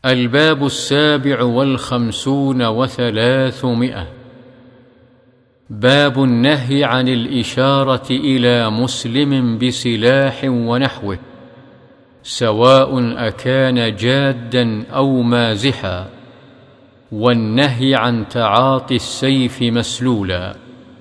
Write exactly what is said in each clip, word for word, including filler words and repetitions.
الباب السابع والخمسون وثلاثمائة. باب النهي عن الإشارة إلى مسلم بسلاح ونحوه، سواء أكان جادا أو مازحا، والنهي عن تعاطي السيف مسلولا.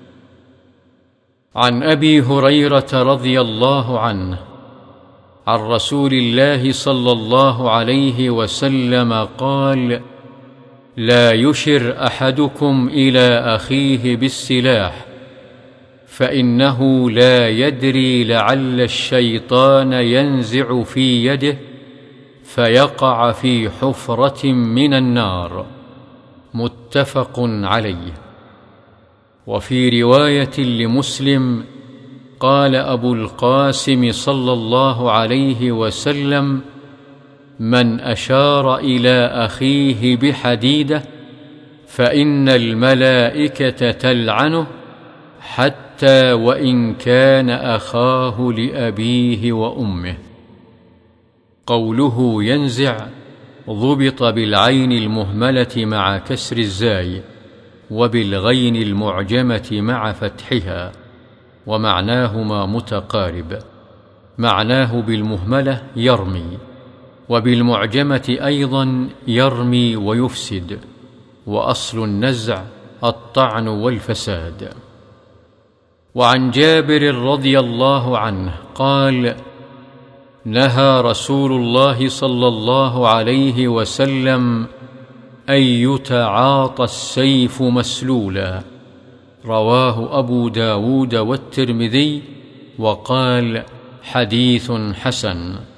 عن أبي هريرة رضي الله عنه عن رسول الله صلى الله عليه وسلم قال: لا يشر أحدكم إلى أخيه بالسلاح، فإنه لا يدري لعل الشيطان ينزع في يده فيقع في حفرة من النار. متفق عليه. وفي رواية لمسلم قال أبو القاسم صلى الله عليه وسلم: من أشار إلى أخيه بحديدة فإن الملائكة تلعنه حتى وإن كان أخاه لأبيه وأمه. قوله ينزع ضبط بالعين المهملة مع كسر الزاي، وبالغين المعجمة مع فتحها، ومعناهما متقارب. معناه بالمهملة يرمي، وبالمعجمة أيضا يرمي ويفسد، وأصل النزع الطعن والفساد. وعن جابر رضي الله عنه قال: نهى رسول الله صلى الله عليه وسلم أن يتعاطى السيف مسلولا. رواه أبو داود والترمذي، وقال: حديث حسن.